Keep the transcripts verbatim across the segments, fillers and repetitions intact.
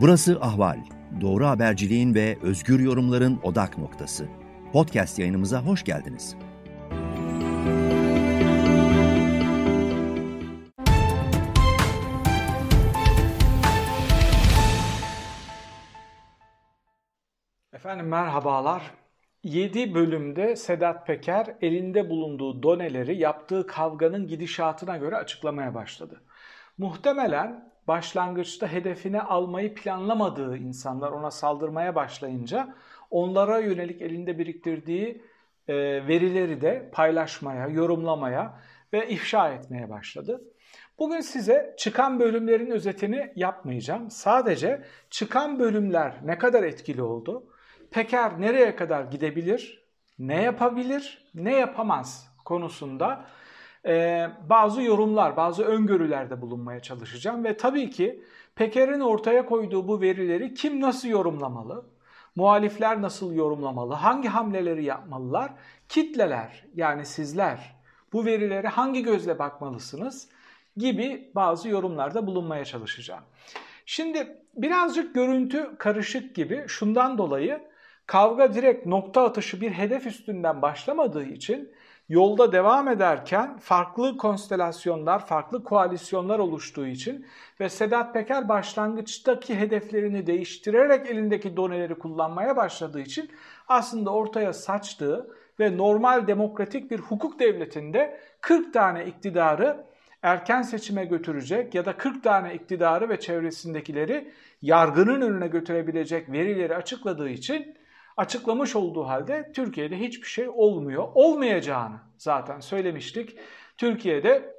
Burası Ahval. Doğru haberciliğin ve özgür yorumların odak noktası. Podcast yayınımıza hoş geldiniz. Efendim merhabalar. yedi bölümde Sedat Peker elinde bulunduğu doneleri yaptığı kavganın gidişatına göre açıklamaya başladı. Muhtemelen başlangıçta hedefine almayı planlamadığı insanlar ona saldırmaya başlayınca onlara yönelik elinde biriktirdiği e, verileri de paylaşmaya, yorumlamaya ve ifşa etmeye başladı. Bugün size çıkan bölümlerin özetini yapmayacağım. Sadece çıkan bölümler ne kadar etkili oldu? Peker nereye kadar gidebilir, ne yapabilir, ne yapamaz konusunda e, bazı yorumlar, bazı öngörülerde bulunmaya çalışacağım. Ve tabii ki Peker'in ortaya koyduğu bu verileri kim nasıl yorumlamalı, muhalifler nasıl yorumlamalı, hangi hamleleri yapmalılar, kitleler yani sizler bu verilere hangi gözle bakmalısınız gibi bazı yorumlarda bulunmaya çalışacağım. Şimdi birazcık görüntü karışık gibi şundan dolayı kavga direkt nokta atışı bir hedef üstünden başlamadığı için yolda devam ederken farklı konstelasyonlar, farklı koalisyonlar oluştuğu için ve Sedat Peker başlangıçtaki hedeflerini değiştirerek elindeki doneleri kullanmaya başladığı için aslında ortaya saçtığı ve normal demokratik bir hukuk devletinde kırk tane iktidarı erken seçime götürecek ya da kırk tane iktidarı ve çevresindekileri yargının önüne götürebilecek verileri açıkladığı için açıklamış olduğu halde Türkiye'de hiçbir şey olmuyor. Olmayacağını zaten söylemiştik. Türkiye'de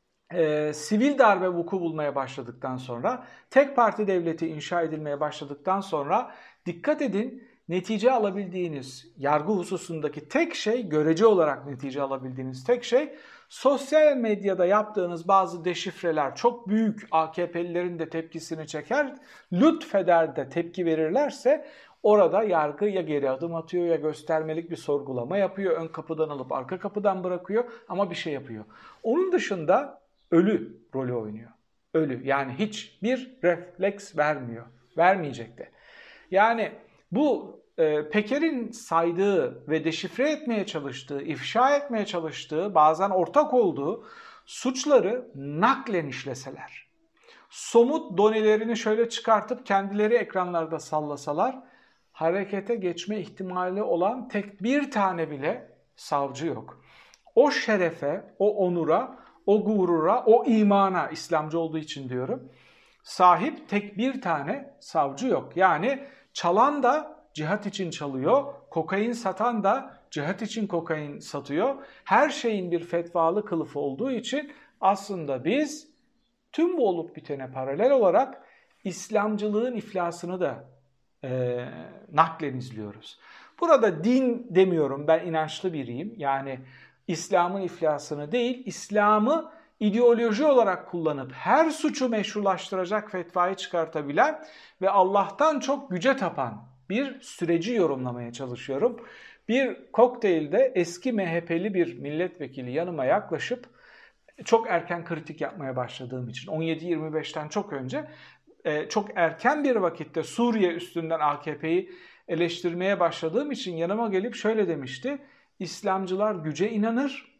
e, sivil darbe vuku bulmaya başladıktan sonra, tek parti devleti inşa edilmeye başladıktan sonra dikkat edin, netice alabildiğiniz yargı hususundaki tek şey, görece olarak netice alabildiğiniz tek şey, sosyal medyada yaptığınız bazı deşifreler çok büyük A K P'lilerin de tepkisini çeker, lütfeder de tepki verirlerse orada yargı ya geri adım atıyor ya göstermelik bir sorgulama yapıyor. Ön kapıdan alıp arka kapıdan bırakıyor ama bir şey yapıyor. Onun dışında ölü rolü oynuyor. Ölü yani hiçbir refleks vermiyor. Vermeyecek de. Yani bu e, Peker'in saydığı ve deşifre etmeye çalıştığı, ifşa etmeye çalıştığı, bazen ortak olduğu suçları naklen işleseler, somut donelerini şöyle çıkartıp kendileri ekranlarda sallasalar, harekete geçme ihtimali olan tek bir tane bile savcı yok. O şerefe, o onura, o gurura, o imana, İslamcı olduğu için diyorum, sahip tek bir tane savcı yok. Yani çalan da cihat için çalıyor, kokain satan da cihat için kokain satıyor. Her şeyin bir fetvalı kılıfı olduğu için aslında biz tüm bu olup bitene paralel olarak İslamcılığın iflasını da E, naklen izliyoruz. Burada din demiyorum, ben inançlı biriyim. Yani İslam'ın iflasını değil, İslam'ı ideoloji olarak kullanıp her suçu meşrulaştıracak fetvayı çıkartabilen ve Allah'tan çok güce tapan bir süreci yorumlamaya çalışıyorum. Bir kokteylde eski M H P'li bir milletvekili yanıma yaklaşıp çok erken kritik yapmaya başladığım için on yedi yirmi beşten çok önce çok erken bir vakitte Suriye üstünden A K P'yi eleştirmeye başladığım için yanıma gelip şöyle demişti. İslamcılar güce inanır,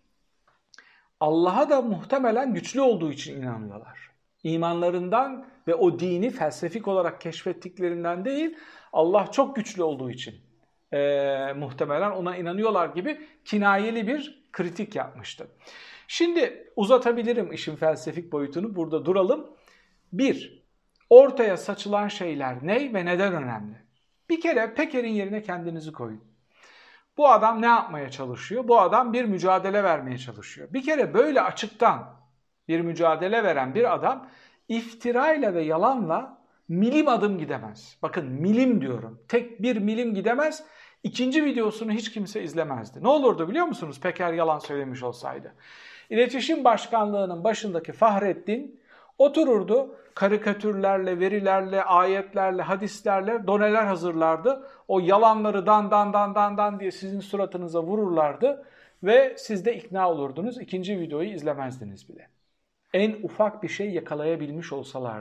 Allah'a da muhtemelen güçlü olduğu için inanıyorlar. İmanlarından ve o dini felsefik olarak keşfettiklerinden değil, Allah çok güçlü olduğu için e, muhtemelen ona inanıyorlar gibi kinayeli bir kritik yapmıştı. Şimdi uzatabilirim işin felsefik boyutunu, burada duralım. Bir, ortaya saçılan şeyler ne ve neden önemli? Bir kere Peker'in yerine kendinizi koyun. Bu adam ne yapmaya çalışıyor? Bu adam bir mücadele vermeye çalışıyor. Bir kere böyle açıktan bir mücadele veren bir adam iftirayla ve yalanla milim adım gidemez. Bakın milim diyorum. Tek bir milim gidemez. İkinci videosunu hiç kimse izlemezdi. Ne olurdu biliyor musunuz Peker yalan söylemiş olsaydı? İletişim Başkanlığı'nın başındaki Fahrettin otururdu, karikatürlerle, verilerle, ayetlerle, hadislerle doneler hazırlardı. O yalanları dan dan dan dan dan diye sizin suratınıza vururlardı ve siz de ikna olurdunuz. İkinci videoyu izlemezdiniz bile. En ufak bir şey yakalayabilmiş olsalardı.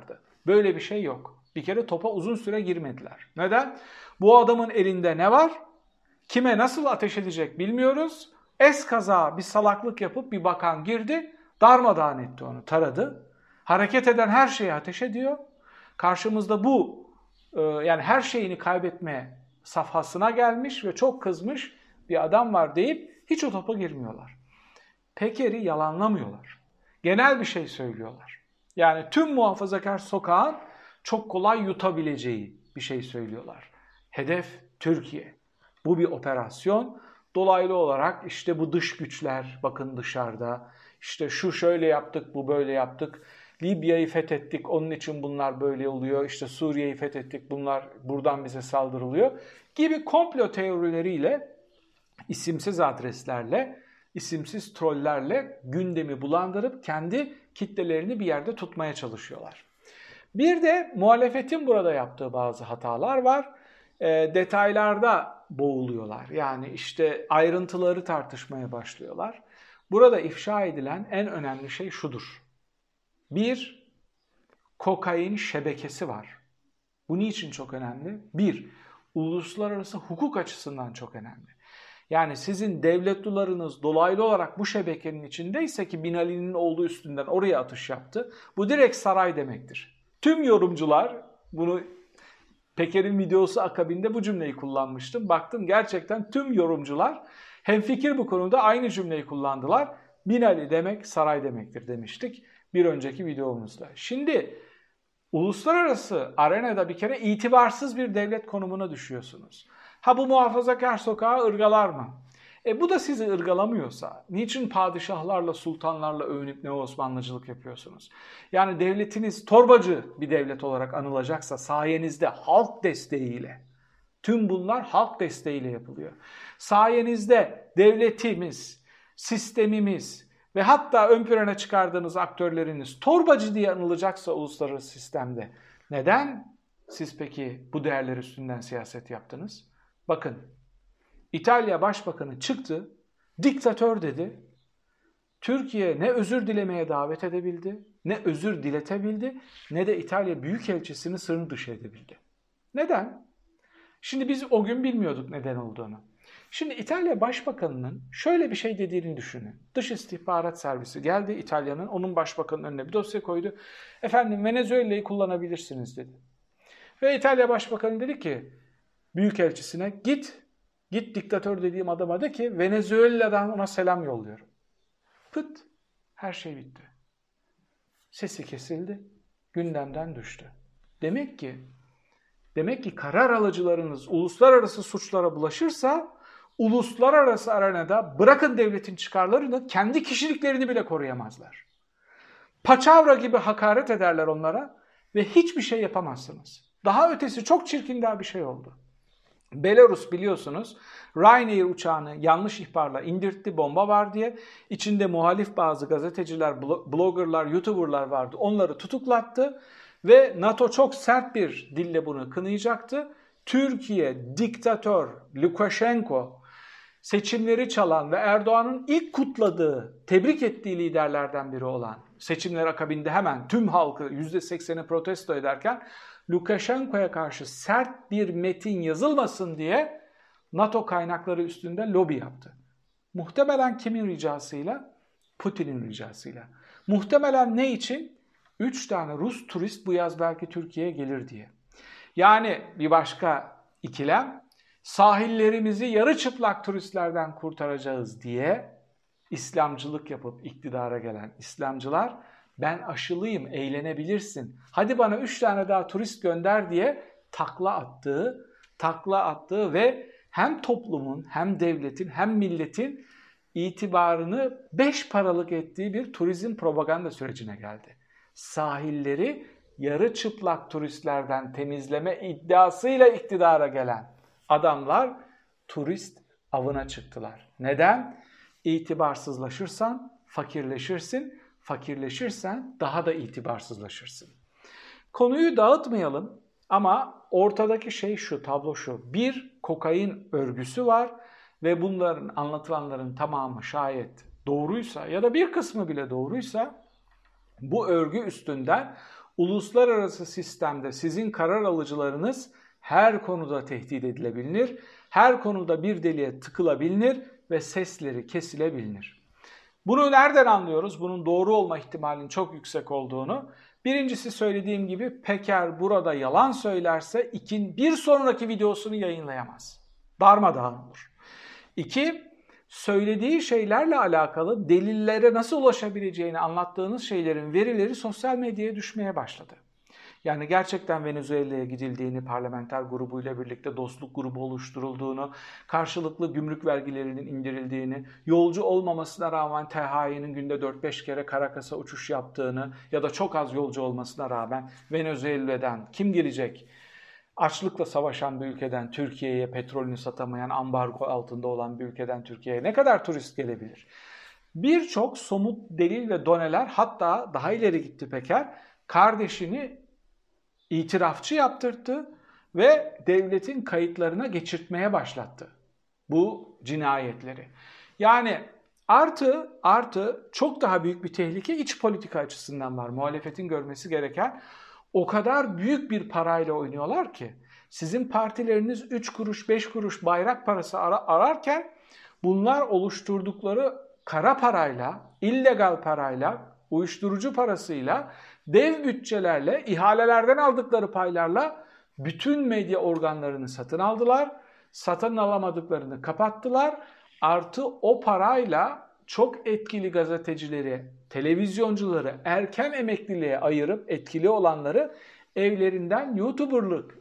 Böyle bir şey yok. Bir kere topa uzun süre girmediler. Neden? Bu adamın elinde ne var? Kime nasıl ateş edecek bilmiyoruz. Eskaza bir salaklık yapıp bir bakan girdi. Darmadağın etti onu, taradı. Hareket eden her şeye ateş ediyor. Karşımızda bu yani her şeyini kaybetme safhasına gelmiş ve çok kızmış bir adam var deyip hiç o topa girmiyorlar. Peker'i yalanlamıyorlar. Genel bir şey söylüyorlar. Yani tüm muhafazakar sokağın çok kolay yutabileceği bir şey söylüyorlar. Hedef Türkiye. Bu bir operasyon. Dolaylı olarak işte bu dış güçler, bakın dışarıda, işte şu şöyle yaptık, bu böyle yaptık. Libya'yı fethettik, onun için bunlar böyle oluyor. İşte Suriye'yi fethettik, bunlar buradan bize saldırılıyor gibi komplo teorileriyle, isimsiz adreslerle, isimsiz trollerle gündemi bulandırıp kendi kitlelerini bir yerde tutmaya çalışıyorlar. Bir de muhalefetin burada yaptığı bazı hatalar var. E, detaylarda boğuluyorlar. Yani işte ayrıntıları tartışmaya başlıyorlar. Burada ifşa edilen en önemli şey şudur. Bir, kokain şebekesi var. Bu niçin çok önemli? Bir, uluslararası hukuk açısından çok önemli. Yani sizin devletlularınız dolaylı olarak bu şebekenin içindeyse ki Binali'nin olduğu üstünden oraya atış yaptı. Bu direkt saray demektir. Tüm yorumcular, bunu Peker'in videosu akabinde bu cümleyi kullanmıştım. Baktım gerçekten tüm yorumcular hemfikir bu konuda aynı cümleyi kullandılar. Binali demek saray demektir demiştik bir önceki videomuzda. Şimdi uluslararası arenada bir kere itibarsız bir devlet konumuna düşüyorsunuz. Ha bu muhafazakar sokağı ırgalar mı? E bu da sizi ırgalamıyorsa niçin padişahlarla, sultanlarla övünüp ne Osmanlıcılık yapıyorsunuz? Yani devletiniz torbacı bir devlet olarak anılacaksa sayenizde halk desteğiyle, tüm bunlar halk desteğiyle yapılıyor. Sayenizde devletimiz, sistemimiz ve hatta ön plana çıkardığınız aktörleriniz torbacı diye anılacaksa uluslararası sistemde neden siz peki bu değerler üstünden siyaset yaptınız? Bakın, İtalya Başbakanı çıktı, diktatör dedi. Türkiye ne özür dilemeye davet edebildi, ne özür diletebildi, ne de İtalya Büyükelçisini sınır dışı edebildi. Neden? Şimdi biz o gün bilmiyorduk neden olduğunu. Şimdi İtalya Başbakanı'nın şöyle bir şey dediğini düşünün. Dış İstihbarat Servisi geldi İtalya'nın, onun başbakanının önüne bir dosya koydu. Efendim Venezuela'yı kullanabilirsiniz dedi. Ve İtalya Başbakanı dedi ki Büyükelçisine git, git diktatör dediğim adama de ki Venezuela'dan ona selam yolluyorum. Pıt, her şey bitti. Sesi kesildi, gündemden düştü. Demek ki, demek ki karar alıcılarınız uluslararası suçlara bulaşırsa, uluslararası arenada bırakın devletin çıkarlarını, kendi kişiliklerini bile koruyamazlar. Paçavra gibi hakaret ederler onlara ve hiçbir şey yapamazsınız. Daha ötesi çok çirkin daha bir şey oldu. Belarus biliyorsunuz Ryanair uçağını yanlış ihbarla indirtti, bomba var diye. İçinde muhalif bazı gazeteciler, bloggerlar, youtuberlar vardı. Onları tutuklattı ve NATO çok sert bir dille bunu kınayacaktı. Türkiye diktatör Lukashenko seçimleri çalan ve Erdoğan'ın ilk kutladığı, tebrik ettiği liderlerden biri olan, seçimler akabinde hemen tüm halkı yüzde sekseni protesto ederken Lukashenko'ya karşı sert bir metin yazılmasın diye NATO kaynakları üstünde lobi yaptı. Muhtemelen kimin ricasıyla? Putin'in ricasıyla. Muhtemelen ne için? Üç tane Rus turist bu yaz belki Türkiye'ye gelir diye. Yani bir başka ikilem, sahillerimizi yarı çıplak turistlerden kurtaracağız diye İslamcılık yapıp iktidara gelen İslamcılar, ben aşılıyım, eğlenebilirsin, hadi bana üç tane daha turist gönder diye takla attığı, takla attığı ve hem toplumun, hem devletin, hem milletin itibarını beş paralık ettiği bir turizm propaganda sürecine geldi. Sahilleri yarı çıplak turistlerden temizleme iddiasıyla iktidara gelen adamlar turist avına çıktılar. Neden? İtibarsızlaşırsan fakirleşirsin, fakirleşirsen daha da itibarsızlaşırsın. Konuyu dağıtmayalım ama ortadaki şey şu, tablo şu. Bir kokain örgüsü var ve bunların anlatılanların tamamı şayet doğruysa ya da bir kısmı bile doğruysa bu örgü üstünden Uluslararası sistemde sizin karar alıcılarınız her konuda tehdit edilebilir, her konuda bir deliğe tıkılabilir ve sesleri kesilebilir. Bunu nereden anlıyoruz? Bunun doğru olma ihtimalinin çok yüksek olduğunu. Birincisi söylediğim gibi Peker burada yalan söylerse ikin, bir sonraki videosunu yayınlayamaz. Darmadağın olur. İki, söylediği şeylerle alakalı delillere nasıl ulaşabileceğini anlattığınız şeylerin verileri sosyal medyaya düşmeye başladı. Yani gerçekten Venezuela'ya gidildiğini, parlamenter grubuyla birlikte dostluk grubu oluşturulduğunu, karşılıklı gümrük vergilerinin indirildiğini, yolcu olmamasına rağmen T H Y'nin günde dört beş kere Caracas'a uçuş yaptığını ya da çok az yolcu olmasına rağmen Venezuela'dan kim gelecek? Açlıkla savaşan bir ülkeden Türkiye'ye, petrolünü satamayan, ambargo altında olan bir ülkeden Türkiye'ye ne kadar turist gelebilir? Birçok somut delil ve doneler, hatta daha ileri gitti Peker, kardeşini itirafçı yaptırttı ve devletin kayıtlarına geçirtmeye başlattı bu cinayetleri. Yani artı artı çok daha büyük bir tehlike iç politika açısından var. Muhalefetin görmesi gereken, o kadar büyük bir parayla oynuyorlar ki sizin partileriniz üç kuruş beş kuruş bayrak parası ar- ararken bunlar oluşturdukları kara parayla, illegal parayla, uyuşturucu parasıyla, dev bütçelerle, ihalelerden aldıkları paylarla bütün medya organlarını satın aldılar. Satın alamadıklarını kapattılar. Artı o parayla çok etkili gazetecileri, televizyoncuları erken emekliliğe ayırıp etkili olanları evlerinden YouTuber'lık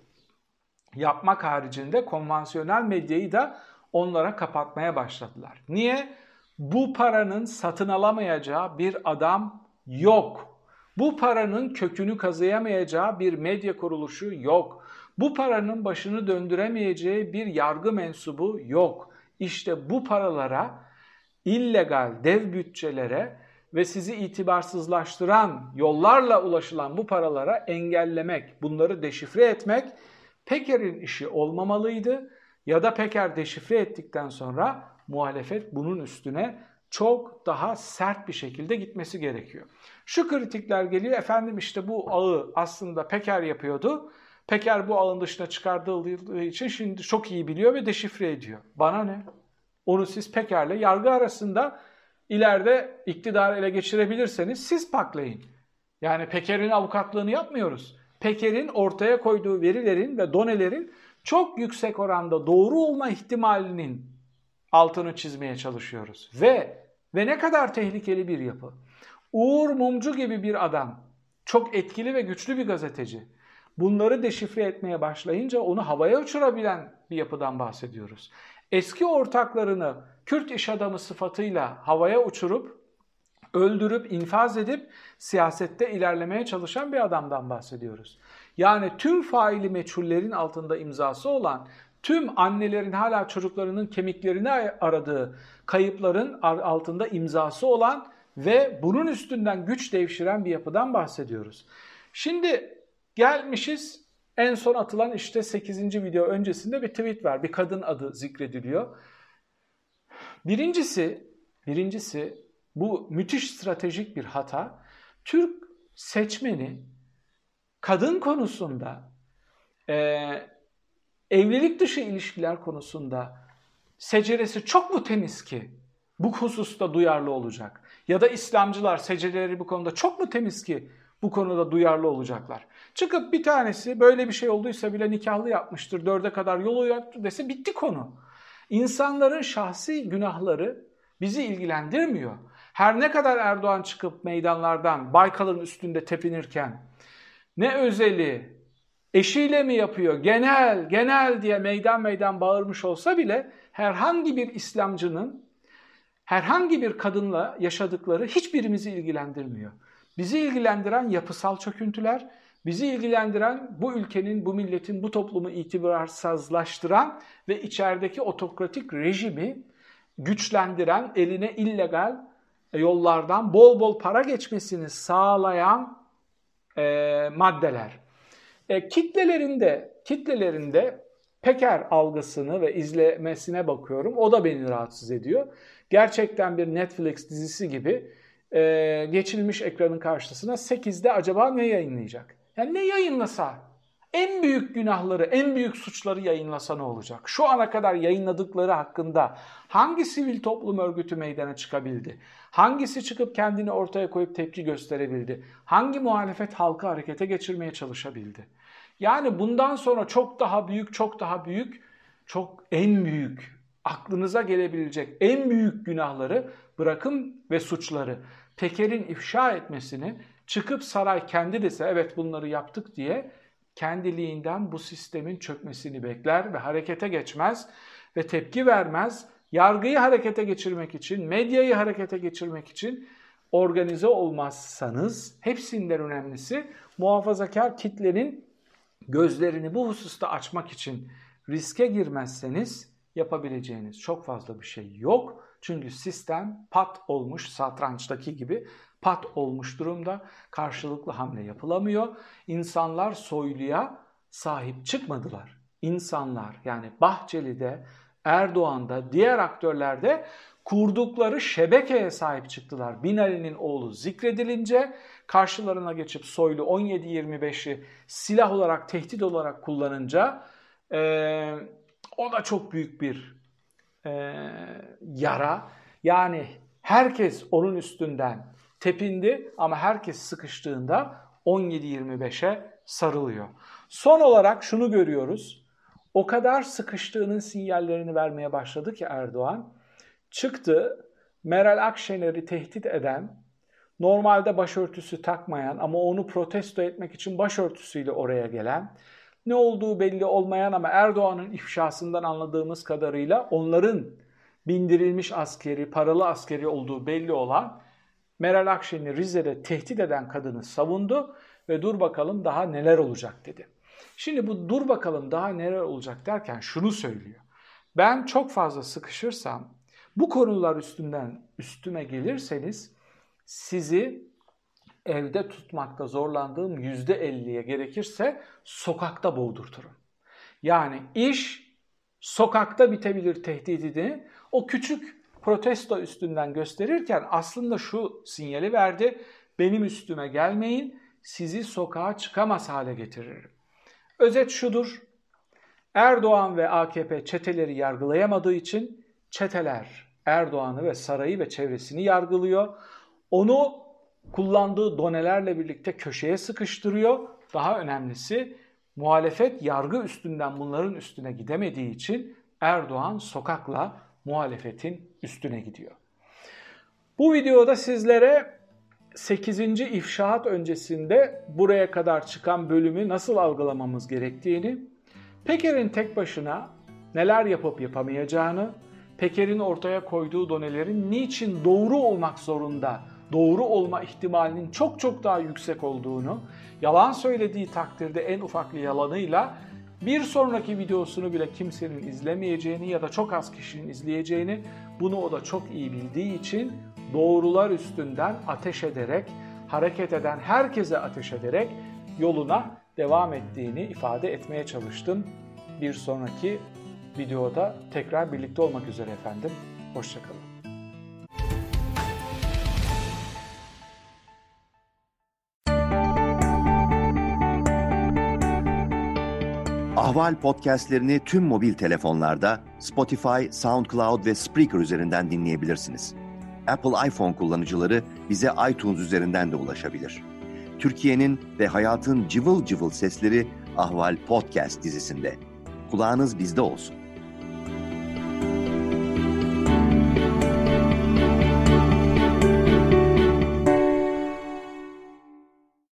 yapmak haricinde konvansiyonel medyayı da onlara kapatmaya başladılar. Niye? Bu paranın satın alamayacağı bir adam yok. Bu paranın kökünü kazıyamayacağı bir medya kuruluşu yok. Bu paranın başını döndüremeyeceği bir yargı mensubu yok. İşte bu paralara, illegal dev bütçelere ve sizi itibarsızlaştıran yollarla ulaşılan bu paralara engellemek, bunları deşifre etmek Peker'in işi olmamalıydı. Ya da Peker deşifre ettikten sonra muhalefet bunun üstüne çok daha sert bir şekilde gitmesi gerekiyor. Şu kritikler geliyor, efendim işte bu ağı aslında Peker yapıyordu. Peker bu ağın dışına çıkardığı için şimdi çok iyi biliyor ve deşifre ediyor. Bana ne? Onu siz Peker'le yargı arasında ileride iktidarı ele geçirebilirseniz siz paklayın. Yani Peker'in avukatlığını yapmıyoruz. Peker'in ortaya koyduğu verilerin ve donelerin çok yüksek oranda doğru olma ihtimalinin altını çizmeye çalışıyoruz. Ve ve ne kadar tehlikeli bir yapı. Uğur Mumcu gibi bir adam, çok etkili ve güçlü bir gazeteci. Bunları deşifre etmeye başlayınca onu havaya uçurabilen bir yapıdan bahsediyoruz. Eski ortaklarını Kürt iş adamı sıfatıyla havaya uçurup, öldürüp, infaz edip siyasette ilerlemeye çalışan bir adamdan bahsediyoruz. Yani tüm faili meçhullerin altında imzası olan, tüm annelerin hala çocuklarının kemiklerini aradığı kayıpların altında imzası olan ve bunun üstünden güç devşiren bir yapıdan bahsediyoruz. Şimdi gelmişiz, en son atılan işte sekizinci video öncesinde bir tweet var. Bir kadın adı zikrediliyor. Birincisi, birincisi bu müthiş stratejik bir hata. Türk seçmeni kadın konusunda, e, evlilik dışı ilişkiler konusunda seceresi çok mu temiz ki bu hususta duyarlı olacak? Ya da İslamcılar secereleri bu konuda çok mu temiz ki bu konuda duyarlı olacaklar? Çıkıp bir tanesi böyle bir şey olduysa bile nikahlı yapmıştır, dörde kadar yolu yaptı dese bitti konu. İnsanların şahsi günahları bizi ilgilendirmiyor. Her ne kadar Erdoğan çıkıp meydanlardan Baykal'ın üstünde tepinirken ne özeli, eşiyle mi yapıyor, genel, genel diye meydan meydan bağırmış olsa bile herhangi bir İslamcının herhangi bir kadınla yaşadıkları hiçbirimizi ilgilendirmiyor. Bizi ilgilendiren yapısal çöküntüler, bizi ilgilendiren bu ülkenin, bu milletin, bu toplumu itibarsızlaştıran ve içerideki otokratik rejimi güçlendiren, eline illegal yollardan bol bol para geçmesini sağlayan e, maddeler. E, kitlelerinde, kitlelerinde Peker algısını ve izlemesine bakıyorum. O da beni rahatsız ediyor. Gerçekten bir Netflix dizisi gibi e, geçilmiş ekranın karşısına, sekizde acaba ne yayınlayacak? Yani ne yayınlasa, en büyük günahları, en büyük suçları yayınlasa ne olacak? Şu ana kadar yayınladıkları hakkında hangi sivil toplum örgütü meydana çıkabildi? Hangisi çıkıp kendini ortaya koyup tepki gösterebildi? Hangi muhalefet halkı harekete geçirmeye çalışabildi? Yani bundan sonra çok daha büyük, çok daha büyük, çok en büyük, aklınıza gelebilecek en büyük günahları bırakın ve suçları Peker'in ifşa etmesini, çıkıp saray kendi dese evet bunları yaptık diye kendiliğinden bu sistemin çökmesini bekler ve harekete geçmez ve tepki vermez. Yargıyı harekete geçirmek için, medyayı harekete geçirmek için organize olmazsanız, hepsinden önemlisi muhafazakar kitlenin gözlerini bu hususta açmak için riske girmezseniz yapabileceğiniz çok fazla bir şey yok. Çünkü sistem pat olmuş, satrançtaki gibi pat olmuş durumda. Karşılıklı hamle yapılamıyor. İnsanlar Soylu'ya sahip çıkmadılar. İnsanlar yani Bahçeli'de, Erdoğan'da, diğer aktörlerde kurdukları şebekeye sahip çıktılar. Binali'nin oğlu zikredilince karşılarına geçip Soylu on yedi yirmi beşi silah olarak, tehdit olarak kullanınca ee, o da çok büyük bir e, yara. Yani herkes onun üstünden tepindi ama herkes sıkıştığında on yedi yirmi beşe sarılıyor. Son olarak şunu görüyoruz. O kadar sıkıştığının sinyallerini vermeye başladı ki Erdoğan, çıktı Meral Akşener'i tehdit eden, normalde başörtüsü takmayan ama onu protesto etmek için başörtüsüyle oraya gelen, ne olduğu belli olmayan ama Erdoğan'ın ifşasından anladığımız kadarıyla onların bindirilmiş askeri, paralı askeri olduğu belli olan Meral Akşener'i Rize'de tehdit eden kadını savundu ve dur bakalım daha neler olacak dedi. Şimdi bu dur bakalım daha neler olacak derken şunu söylüyor. Ben çok fazla sıkışırsam, bu konular üstünden üstüme gelirseniz sizi evde tutmakta zorlandığım yüzde elliye gerekirse sokakta boğdurturum. Yani iş sokakta bitebilir tehdidini o küçük protesto üstünden gösterirken aslında şu sinyali verdi. Benim üstüme gelmeyin, sizi sokağa çıkamaz hale getiririm. Özet şudur. Erdoğan ve A K P çeteleri yargılayamadığı için çeteler Erdoğan'ı ve sarayı ve çevresini yargılıyor. Onu kullandığı donelerle birlikte köşeye sıkıştırıyor. Daha önemlisi muhalefet yargı üstünden bunların üstüne gidemediği için Erdoğan sokakla muhalefetin üstüne gidiyor. Bu videoda sizlere sekizinci ifşaat öncesinde buraya kadar çıkan bölümü nasıl algılamamız gerektiğini, Peker'in tek başına neler yapıp yapamayacağını, Peker'in ortaya koyduğu donelerin niçin doğru olmak zorunda, doğru olma ihtimalinin çok çok daha yüksek olduğunu, yalan söylediği takdirde en ufak bir yalanıyla bir sonraki videosunu bile kimsenin izlemeyeceğini ya da çok az kişinin izleyeceğini, bunu o da çok iyi bildiği için doğrular üstünden ateş ederek, hareket eden herkese ateş ederek yoluna devam ettiğini ifade etmeye çalıştım. Bir sonraki videoda tekrar birlikte olmak üzere efendim. Hoşça kalın. Ahval podcastlerini tüm mobil telefonlarda Spotify, SoundCloud ve Spreaker üzerinden dinleyebilirsiniz. Apple iPhone kullanıcıları bize iTunes üzerinden de ulaşabilir. Türkiye'nin ve hayatın cıvıl cıvıl sesleri Ahval Podcast dizisinde. Kulağınız bizde olsun.